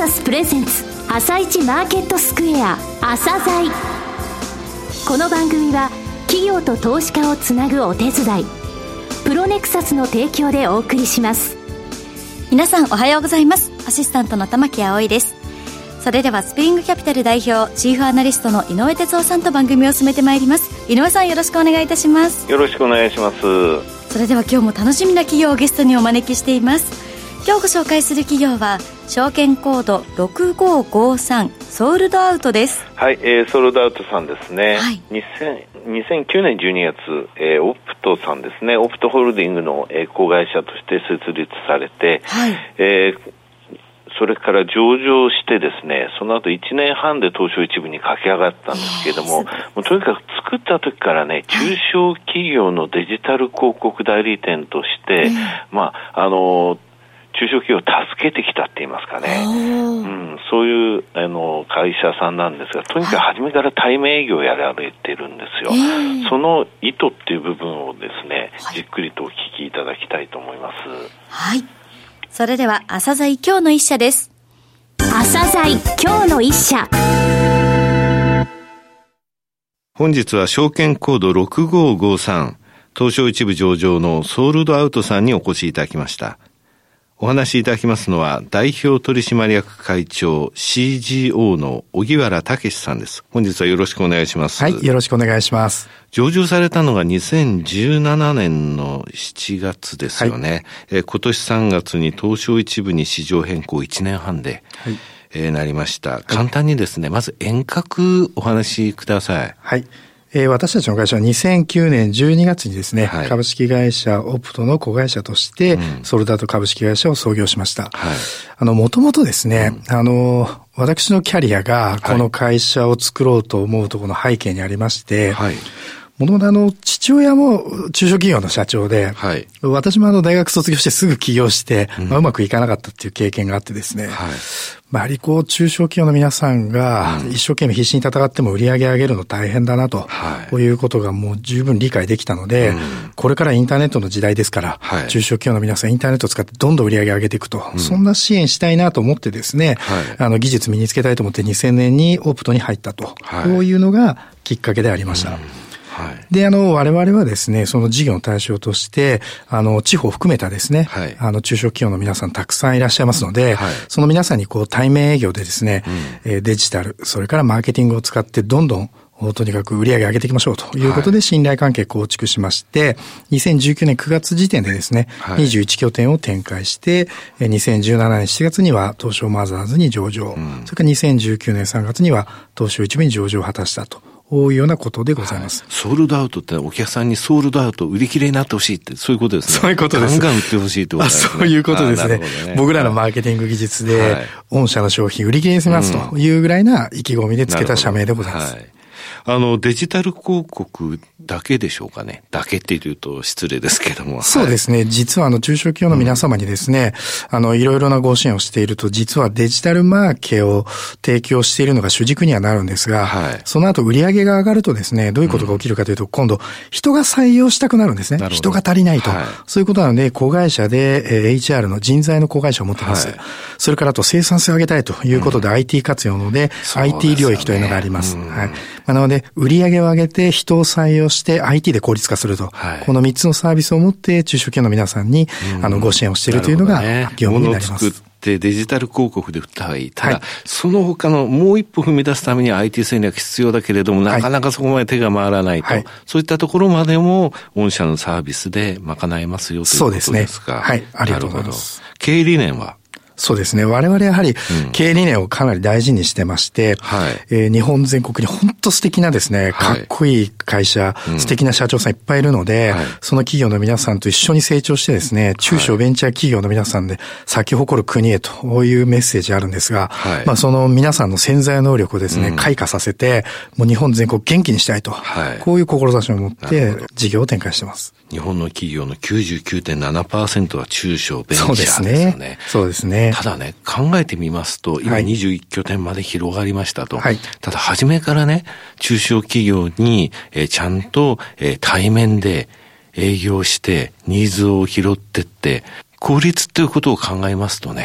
サスプレゼンツ朝市マーケットスクエア朝鮮。この番組は企業と投資家をつなぐお手伝いプロネクサスの提供でお送りします。 皆さんおはようございます。アシスタントの玉木葵です。それではスプリングキャピタル代表チーフアナリストの井上哲夫さんと番組を進めてまいります。井上さん、よろしくお願いいたします。 よろしくお願いします。 それでは今日も楽しみな企業をゲストにお招きしています。今日ご紹介する企業は証券コード6553ソールドアウトです。 はい、ソールドアウトさんですね、はい、2009年12月、オプトさんですね、オプトホールディングの、子会社として設立されて、はい、それから上場してですね、その後1年半で東証一部に駆け上がったんですけれども、もうとにかく作った時からね、中小企業のデジタル広告代理店として、中小企業を助けてきたって言いますかね、そういう会社さんなんですが、とにかく初めから対面営業をやられてるんですよ。その意図っていう部分をですね、じっくりとお聞きいただきたいと思います。 はい。それでは朝鮮今日の一社です。 朝鮮今日の一社。 本日は証券コード6553東証一部上場のソールドアウトさんにお越しいただきました。お話しいただきますのは代表取締役会長 CGO の荻原武さんです。本日はよろしくお願いします。 はい、よろしくお願いします。 上場されたのが2017年の7月ですよね。はい、今年3月に東証一部に市場変更1年半で、はいなりました。簡単にですね、まず遠隔お話しください。 はい。私たちの会社は2009年12月にですね、はい、株式会社オプトの子会社として、ソールドアウト株式会社を創業しました。はい、もともとですね、私のキャリアがこの会社を作ろうと思うところの背景にありまして、はい、もともと父親も中小企業の社長で、はい、私も大学卒業してすぐ起業して、うまくいかなかったっていう経験があってですね、はい、やはり中小企業の皆さんが一生懸命必死に戦っても売り上げ上げるの大変だなと、こういうことがもう十分理解できたので、これからインターネットの時代ですから、中小企業の皆さんインターネットを使ってどんどん売り上げ上げていくと、そんな支援したいなと思ってですね、技術身につけたいと思って2000年にオプトに入ったと、こういうのがきっかけでありました。で、我々はですね、その事業の対象として、地方を含めたですね、はい、中小企業の皆さんたくさんいらっしゃいますので、はい、その皆さんに対面営業でですね、デジタル、それからマーケティングを使ってどんどんとにかく売り上げ上げていきましょうということで信頼関係構築しまして、2019年9月時点でですね、21拠点を展開して、2017年7月には東証マザーズに上場、それから2019年3月には東証一部に上場を果たしたと。こういうようなことでございます。 ソールドアウトってお客さんにソールドアウト売り切れになってほしいってそういうことですね。 そういうことです。 ガンガン売ってほしいってことですね。 そういうことですね。僕らのマーケティング技術で、御社の商品売り切れにしますというぐらいな意気込みでつけた社名でございます。 デジタル広告だけでしょうかね。だけって言うと失礼ですけども。 そうですね。実は中小企業の皆様にですね、いろいろなご支援をしていると、実はデジタルマーケを提供しているのが主軸にはなるんですが、その後売り上げが上がるとですね、どういうことが起きるかというと、今度人が採用したくなるんですね。人が足りないと。そういうことなので、子会社で HR の人材の子会社を持っています。それからあと生産性を上げたいということで IT 活用ので、IT 領域というのがあります。なので、売り上げを上げて人を採用して IT で効率化すると。この3つのサービスを持って中小企業の皆さんに、ご支援をしているというのが業務になります。 物を作ってデジタル広告で売った方がいい。ただ、その他のもう一歩踏み出すために IT 戦略必要だけれども、なかなかそこまで手が回らないと。そういったところまでも、御社のサービスで賄えますよということですか。 そうですね。はい。ありがとうございます。 経営理念はそうですね。我々やはり経営理念をかなり大事にしてまして、日本全国に本当素敵なですね、かっこいい会社、素敵な社長さんいっぱいいるので、その企業の皆さんと一緒に成長してですね、中小ベンチャー企業の皆さんで咲き誇る国へというメッセージあるんですが、その皆さんの潜在能力をですね、開花させて、もう日本全国元気にしたいと、こういう志を持って事業を展開しています。 日本の企業の 99.7% は中小ベンチャーですよね。 そうですね。 ただね、考えてみますと、今21拠点まで広がりましたと。ただ、初めからね、中小企業に、ちゃんと、対面で営業して、ニーズを拾ってって、効率ということを考えますとね、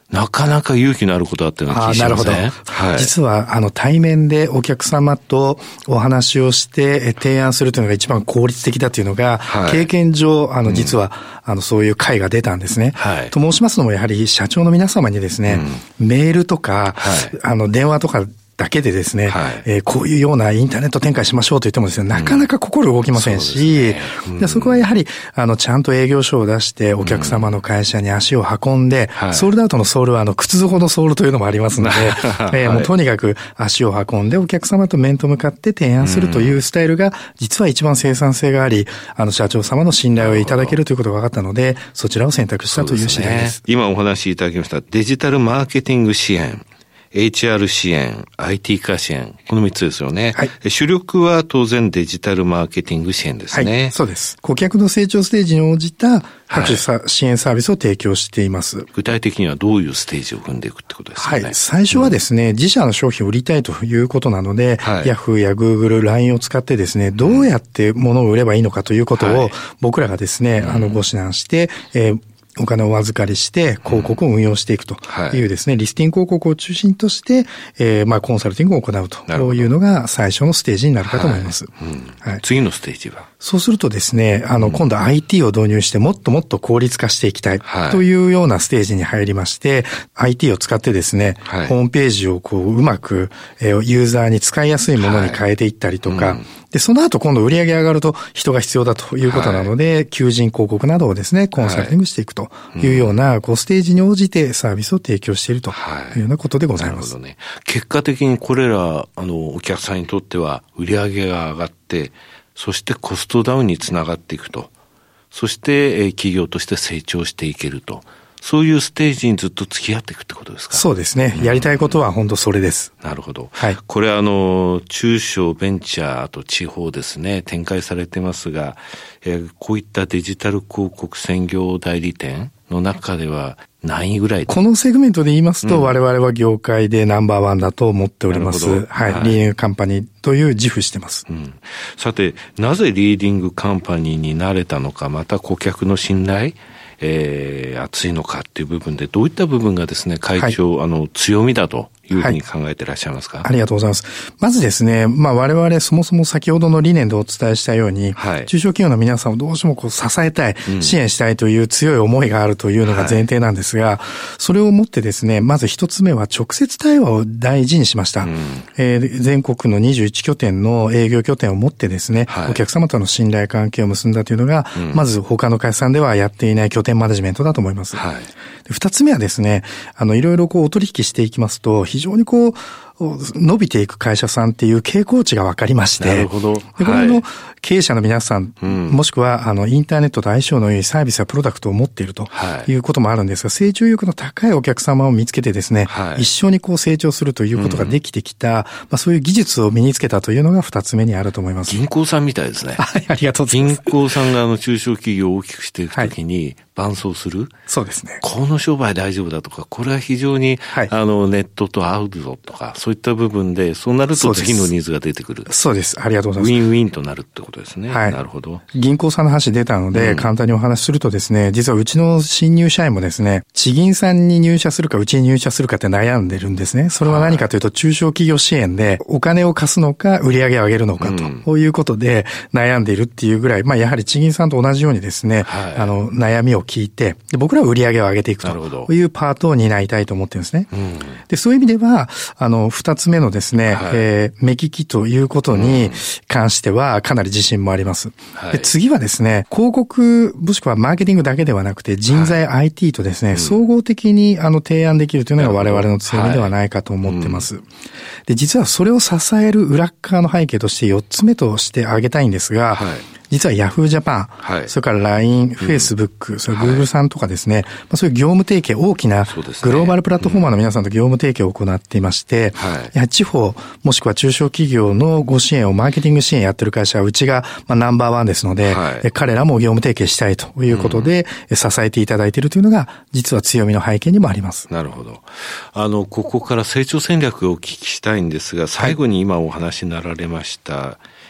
なかなか勇気のあることだったような気がしますね。 なるほど。はい、実は、対面でお客様とお話をして提案するというのが一番効率的だというのが、はい、経験上、実は、そういう会が出たんですね。はい、と申しますのも、やはり社長の皆様にですね、メールとか、はい、電話とか、だけでですね、はい、こういうようなインターネット展開しましょうと言ってもですね、なかなか心動きませんし、そこはやはり、ちゃんと営業書を出して、お客様の会社に足を運んで、ソールドアウトのソールは、靴底のソールというのもありますので、もうとにかく足を運んで、お客様と面と向かって提案するというスタイルが、実は一番生産性があり、社長様の信頼をいただけるということが分かったので、そちらを選択したという次第です。 今お話しいただきました、デジタルマーケティング支援。HR 支援、IT 化支援、この3つですよね。はい。主力は当然デジタルマーケティング支援ですね。はい、 そうです。顧客の成長ステージに応じた各種支援サービスを提供しています。 具体的にはどういうステージを踏んでいくってことですかね。 はい。最初はですね、自社の商品を売りたいということなので、Yahoo や Google、LINE を使ってですね、どうやって物を売ればいいのかということを僕らがですね、ご指南して、お金をお預かりして広告を運用していくというですね、リスティング広告を中心として、コンサルティングを行うというのが最初のステージになるかと思います。 次のステージはそうするとですね、今度 IT を導入してもっともっと効率化していきたいというようなステージに入りまして、IT を使ってですね、ホームページをうまくユーザーに使いやすいものに変えていったりとか、で、その後今度売り上げ上がると人が必要だということなので、求人広告などをですね、コンサルティングしていくというような、ステージに応じてサービスを提供しているというようなことでございます。 なるほどね。結果的にこれら、お客さんにとっては売り上げが上がって、そしてコストダウンにつながっていくと。そして、企業として成長していけると。そういうステージにずっと付き合っていくってことですか？ そうですね。やりたいことは本当それです。 なるほど。はい。これ中小ベンチャー、あと地方ですね、展開されてますが、こういったデジタル広告専業代理店の中では何位ぐらい？ このセグメントで言いますと、我々は業界でナンバーワンだと思っております。はい。リーディングカンパニーという自負してます。 さて、なぜリーディングカンパニーになれたのか、また顧客の信頼厚いのかっていう部分で、どういった部分がですね、会長、強みだというふうに考えていらっしゃいますか？ ありがとうございます。まずですね、我々そもそも先ほどの理念でお伝えしたように、中小企業の皆さんをどうしても支えたい、支援したいという強い思いがあるというのが前提なんですが、それをもってですね、まず一つ目は直接対話を大事にしました。全国の21拠点の営業拠点を持ってですね、お客様との信頼関係を結んだというのが、まず他の会社さんではやっていない拠点マネジメントだと思います。二つ目はですね、いろいろお取引していきますと、非常に伸びていく会社さんっていう傾向値が分かりまして、 なるほど。 で、これ経営者の皆さん、もしくはインターネットと相性の良いサービスやプロダクトを持っているということもあるんですが、成長意欲の高いお客様を見つけてですね、一緒に成長するということができてきた、そういう技術を身につけたというのが二つ目にあると思います。 銀行さんみたいですね。 はい、ありがとうございます。 銀行さんが中小企業を大きくしていくときに伴走する。 そうですね。 この商売大丈夫だとか、これは非常に、ネットと合うぞとか、そういった部分で、そうなると次のニーズが出てくる。 そうです。ありがとうございます。 ウィンウィンとなるってことですね。はい。なるほど。 銀行さんの話出たので、簡単にお話しするとですね、実はうちの新入社員もですね、地銀さんに入社するか、うちに入社するかって悩んでるんですね。それは何かというと、中小企業支援で、お金を貸すのか、売り上げを上げるのかということで悩んでいるっていうぐらい、やはり地銀さんと同じようにですね、悩みを聞いて、で僕らは売り上げを上げていくというパートを担いたいと思ってるんですね。で、そういう意味では、二つ目のですね、目利きということに関してはかなり自信もあります。で、次はですね、広告、もしくはマーケティングだけではなくて、人材 IT とですね、総合的に提案できるというのが我々の強みではないかと思ってます。で、実はそれを支える裏側の背景として4つ目として挙げたいんですが、実は Yahoo Japan、それから LINE、Facebook、それから Google さんとかですね、そういう業務提携、大きなグローバルプラットフォーマーの皆さんと業務提携を行っていまして、やはり地方、もしくは中小企業のご支援をマーケティング支援やってる会社はうちがナンバーワンですので、彼らも業務提携したいということで、支えていただいているというのが、実は強みの背景にもあります。 なるほど。ここから成長戦略をお聞きしたいんですが、最後に今お話になられました、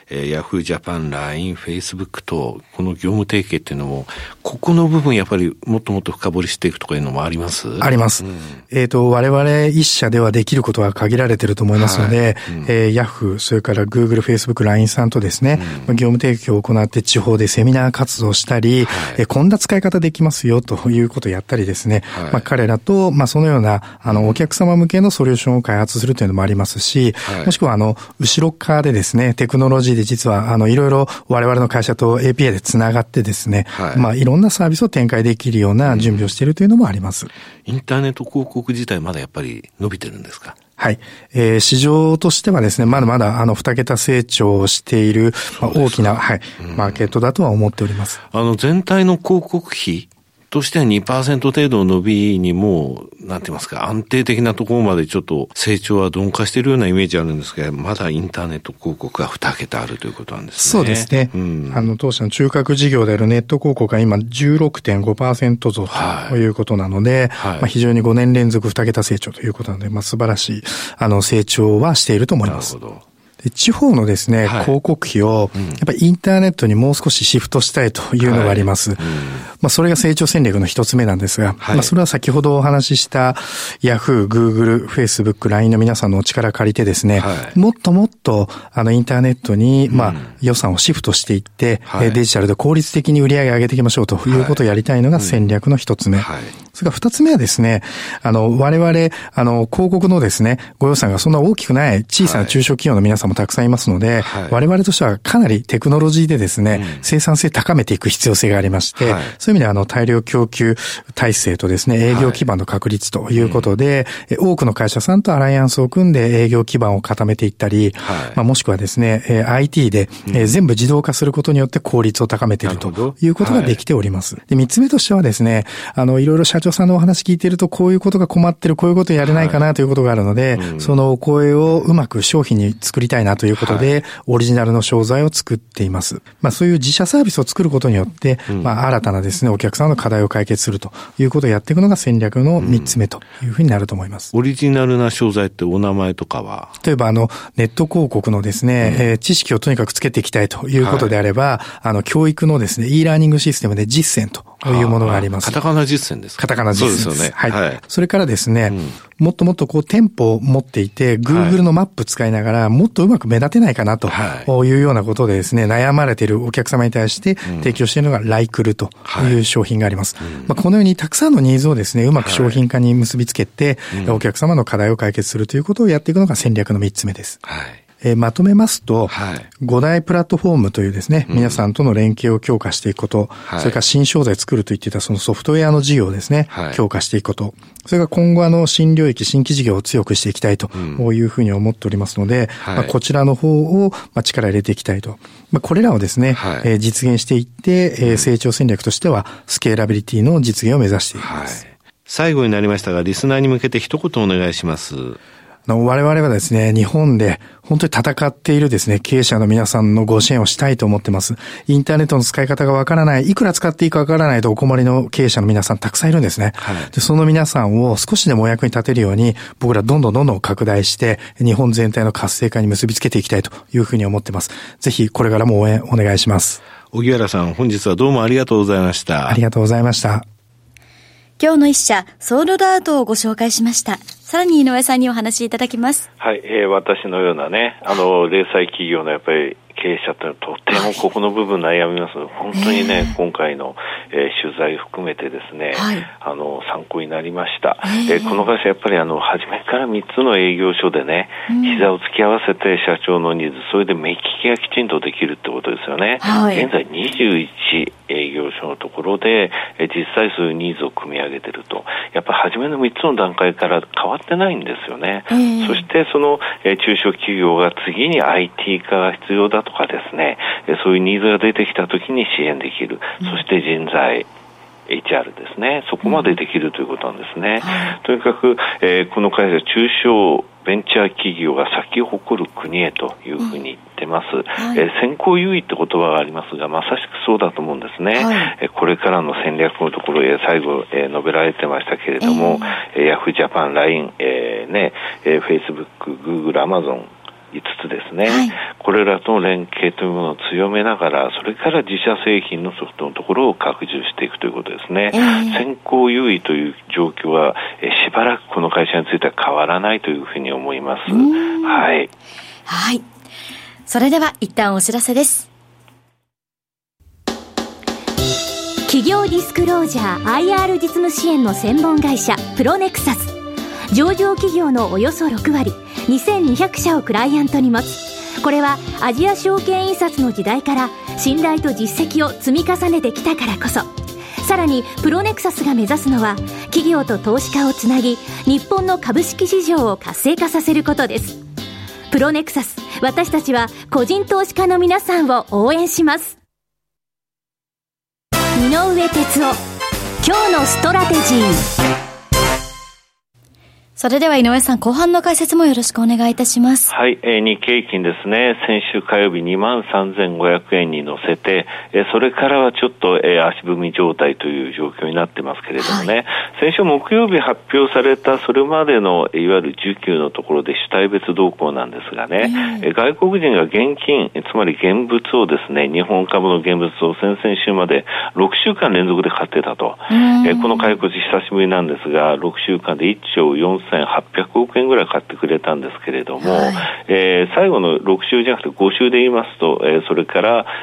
ヤフージャパン、LINE、Facebook と、この業務提携っていうのも、ここの部分やっぱりもっともっと深掘りしていくとかいうのもあります？ あります。我々一社ではできることは限られていると思いますので、ヤフー、それから Google、Facebook、LINE さんとですね、業務提携を行って地方でセミナー活動したり、こんな使い方できますよということをやったりですね、彼らと、そのような、お客様向けのソリューションを開発するというのもありますし、もしくは、後ろ側でですね、テクノロジーで実は、いろいろ我々の会社と API でつながってですね、いろんなサービスを展開できるような準備をしているというのもあります。 インターネット広告自体まだやっぱり伸びてるんですか？ はい。市場としてはですね、まだまだ2桁成長をしている、大きな、マーケットだとは思っております。 全体の広告費としては 2% 程度の伸びにも、なんて言いますか、安定的なところまでちょっと成長は鈍化しているようなイメージあるんですが、まだインターネット広告が2桁あるということなんですね。 そうですね。当社の中核事業であるネット広告が今 16.5% 増ということなので、非常に5年連続2桁成長ということなので、素晴らしい、成長はしていると思います。 なるほど。 地方のですね、広告費を、やっぱりインターネットにもう少しシフトしたいというのがあります。それが成長戦略の一つ目なんですが、それは先ほどお話しした Yahoo、Google、Facebook、LINE の皆さんのお力借りてですね、もっともっとインターネットに、予算をシフトしていって、デジタルで効率的に売り上げ上げていきましょうということをやりたいのが戦略の一つ目。それから二つ目はですね、我々、広告のですね、ご予算がそんな大きくない小さな中小企業の皆さんもたくさんいますので、我々としてはかなりテクノロジーでですね、生産性高めていく必要性がありまして、そういう意味では大量供給体制とですね、営業基盤の確立ということで、多くの会社さんとアライアンスを組んで営業基盤を固めていったり、もしくはですね、IT で、全部自動化することによって効率を高めているということができております。で、三つ目としてはですね、いろいろ社長さんのお話聞いていると、こういうことが困ってる、こういうことやれないかなということがあるので、そのお声をうまく商品に作りたいなということで、オリジナルの商材を作っています。そういう自社サービスを作ることによって、新たなですね、お客様の課題を解決するということをやっていくのが戦略の3つ目というふうになると思います。 オリジナルな商材ってお名前とかは？ 例えばネット広告のですね、知識をとにかくつけていきたいということであれば、教育のですね、e ラーニングシステムで実践というものがあります。 カタカナ実践ですか？ カタカナ実践です。 そうですよね。 はい。それからですね、もっともっと店舗を持っていて、Google のマップ使いながら、もっとうまく目立てないかなというようなことでですね、悩まれているお客様に対して提供しているのがライクルという商品があります。このようにたくさんのニーズをですね、うまく商品化に結びつけて、お客様の課題を解決するということをやっていくのが戦略の3つ目です。まとめますと、5大プラットフォームというですね、皆さんとの連携を強化していくこと、それから新商材作ると言っていたそのソフトウェアの事業をですね、強化していくこと、それから今後新領域、新規事業を強くしていきたいというふうに思っておりますので、こちらの方を力入れていきたいと。これらをですね、実現していって、成長戦略としてはスケーラビリティの実現を目指しています。 最後になりましたが、リスナーに向けて一言お願いします。 我々はですね、日本で本当に戦っているですね、経営者の皆さんのご支援をしたいと思ってます。インターネットの使い方がわからない、いくら使っていいかわからないとお困りの経営者の皆さんたくさんいるんですね。で、その皆さんを少しでもお役に立てるように、僕らどんどん拡大して、日本全体の活性化に結びつけていきたいというふうに思ってます。ぜひこれからも応援お願いします。 荻原さん、本日はどうもありがとうございました。 ありがとうございました。 今日の一社、ソールドアウトをご紹介しました。さらに井上さんにお話しいただきます。 はい、私のようなね、零細企業のやっぱり経営者というのはとてもここの部分悩みますので、本当にね、今回の、取材含めてですね、参考になりました。この会社やっぱり初めから3つの営業所でね、膝を突き合わせて社長のニーズ、それで目利きがきちんとできるってことですよね。現在21営業所のところで、実際そういうニーズを組み上げてると、やっぱ初めの3つの段階から変わってないんですよね。そしてその、中小企業が次に IT 化が必要だとかですね、そういうニーズが出てきたときに支援できる。そして人材、HR ですね。そこまでできるということなんですね。とにかく、この会社、中小ベンチャー企業が咲き誇る国へというふうに言ってます。先行優位って言葉がありますが、まさしくそうだと思うんですね。これからの戦略のところへ最後、述べられてましたけれども、ヤフージャパン、LINE、Facebook、Google、Amazon、 つですね、はい、これらとの連携というものを強めながら、それから自社製品のソフトのところを拡充していくということですね。先行優位という状況は、しばらくこの会社については変わらないというふうに思います。はい。 はい。それでは一旦お知らせです。 企業ディスクロージャー IR 実務支援の専門会社プロネクサス。上場企業のおよそ6割、2200社をクライアントに持つ。これはアジア証券印刷の時代から信頼と実績を積み重ねてきたからこそ。さらにプロネクサスが目指すのは、企業と投資家をつなぎ、日本の株式市場を活性化させることです。プロネクサス、私たちは個人投資家の皆さんを応援します。井上哲夫、今日のストラテジー。 それでは井上さん、後半の解説もよろしくお願いいたします。 はい、日経平均ですね、先週火曜日 23,500 円に乗せて、それからはちょっと、足踏み状態という状況になってますけれどもね、はい、先週木曜日発表されたそれまでのいわゆる需給のところで主体別動向なんですがね、外国人が現金、つまり現物をですね、日本株の現物を先々週まで6週間連続で買ってたと、この買い越し久しぶりなんですが、6週間で1兆4800億円ぐらい買ってくれたんですけれども、はい、最後の6週じゃなくて5週で言いますと、それから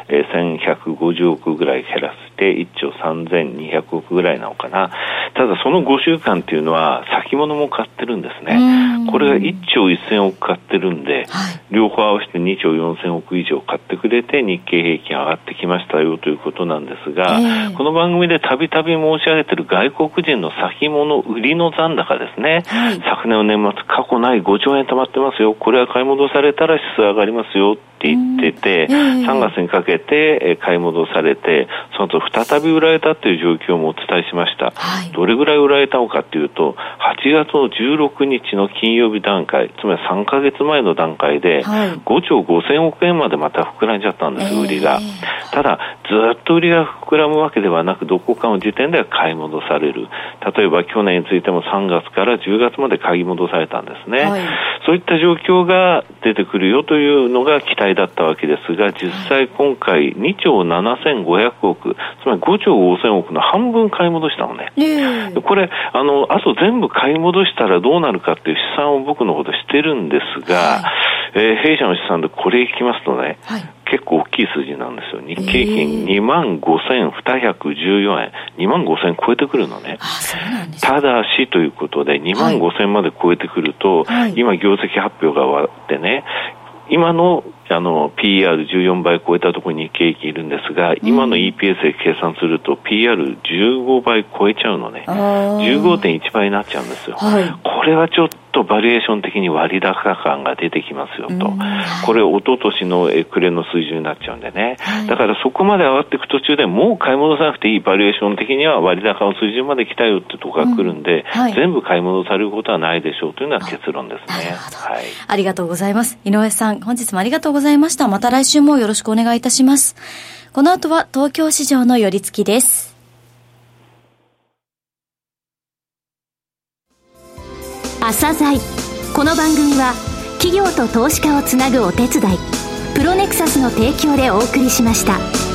、1150億ぐらい減らして1兆3200億ぐらいなのかな。ただその5週間っていうのは先物も買ってるんですね。これが1兆1000億買ってるんで、はい、両方合わせて2兆4000億以上買ってくれて日経平均上がってきましたよということなんですが、この番組でたびたび申し上げている外国人の先物売りの残高ですね、はい、昨年の年末過去ない5兆円溜まってますよ、これは買い戻されたら指数上がりますよって言ってて、3月にかけて買い戻されて、その後再び売られたという状況もお伝えしました。はい、どれぐらい売られたのかというと、8月の16日の金曜日段階、つまり3ヶ月前の段階で5兆5000億円までまた膨らんじゃったんです、売りが。ただずっと売りが膨らむわけではなく、どこかの時点では買い戻される。例えば去年についても3月から10月まで買い戻されたんですね。はい、そういった状況が出てくるよというのが期待だったわけですが、実際今回2兆7500億、つまり5兆5000億の半分買い戻したのね。これあと全部買い戻したらどうなるかっていう試算を僕のことしてるんですが、はい、弊社の試算でこれいきますとね、はい、結構大きい数字なんですよ。日経平均25,214円、25,000超えてくるのね。 そうなんです。 ただしということで25,000まで超えてくると、はい、今業績発表が終わってね、今のPR14 倍超えたところに日経平均いるんですが、今の EPS で計算すると PR15 倍超えちゃうのね。15.1 倍になっちゃうんですよ。はい、これはちょっとバリエーション的に割高感が出てきますよと。これ一昨年の暮れの水準になっちゃうんでね。はい、だからそこまで上がっていく途中でもう買い戻さなくていい、バリエーション的には割高の水準まで来たよってとこが来るんで、はい、全部買い戻されることはないでしょうというのは結論ですね。 はい、ありがとうございます。井上さん、本日もありがとうございました。また来週もよろしくお願いいたします。この後は東京市場の寄り付きです。 朝鮮。この番組は企業と投資家をつなぐお手伝い、プロネクサスの提供でお送りしました。